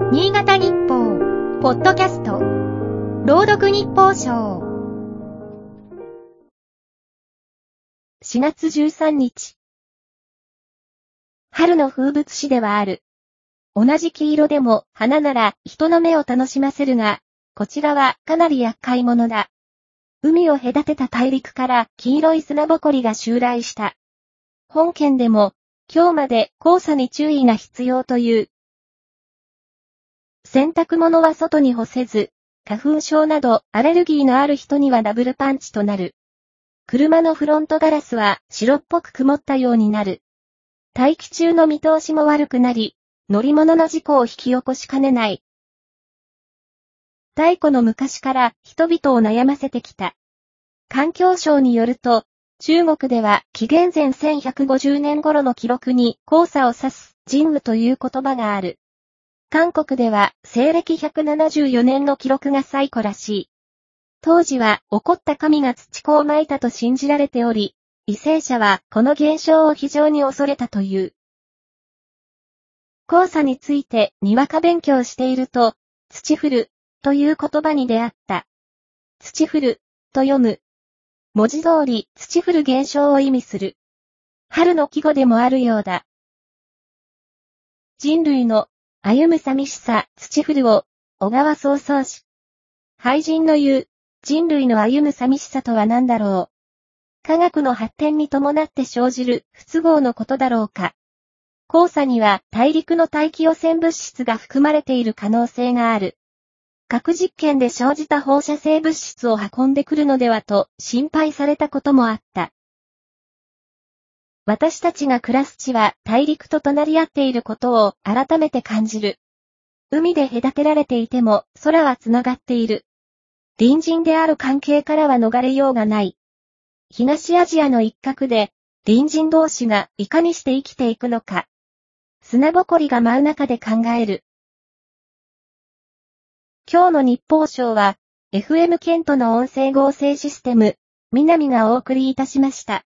新潟日報、ポッドキャスト、朗読日報賞。4月13日。春の風物詩ではある。同じ黄色でも花なら人の目を楽しませるが、こちらはかなり厄介者だ。海を隔てた大陸から黄色い砂ぼこりが襲来した。本県でも今日まで黄砂に注意が必要という。洗濯物は外に干せず、花粉症などアレルギーのある人にはダブルパンチとなる。車のフロントガラスは白っぽく曇ったようになる。大気中の見通しも悪くなり、乗り物の事故を引き起こしかねない。太古の昔から人々を悩ませてきた。環境省によると、中国では紀元前1150年頃の記録に黄砂を指す人雨という言葉がある。韓国では西暦174年の記録が最古らしい。当時は怒った神が土子を撒いたと信じられており、為政者はこの現象を非常に恐れたという。黄砂についてにわか勉強していると、土降るという言葉に出会った。土降ると読む。文字通り土降る現象を意味する。春の季語でもあるようだ。人類の歩む寂しさ、土降るを、小川曹操氏。俳人の言う、人類の歩む寂しさとは何だろう。科学の発展に伴って生じる不都合のことだろうか。黄砂には大陸の大気汚染物質が含まれている可能性がある。核実験で生じた放射性物質を運んでくるのではと心配されたこともあった。私たちが暮らす地は大陸と隣り合っていることを改めて感じる。海で隔てられていても空はつながっている。隣人である関係からは逃れようがない。東アジアの一角で隣人同士がいかにして生きていくのか。砂ぼこりが舞う中で考える。今日の日報賞は FM ケントの音声合成システム、南がお送りいたしました。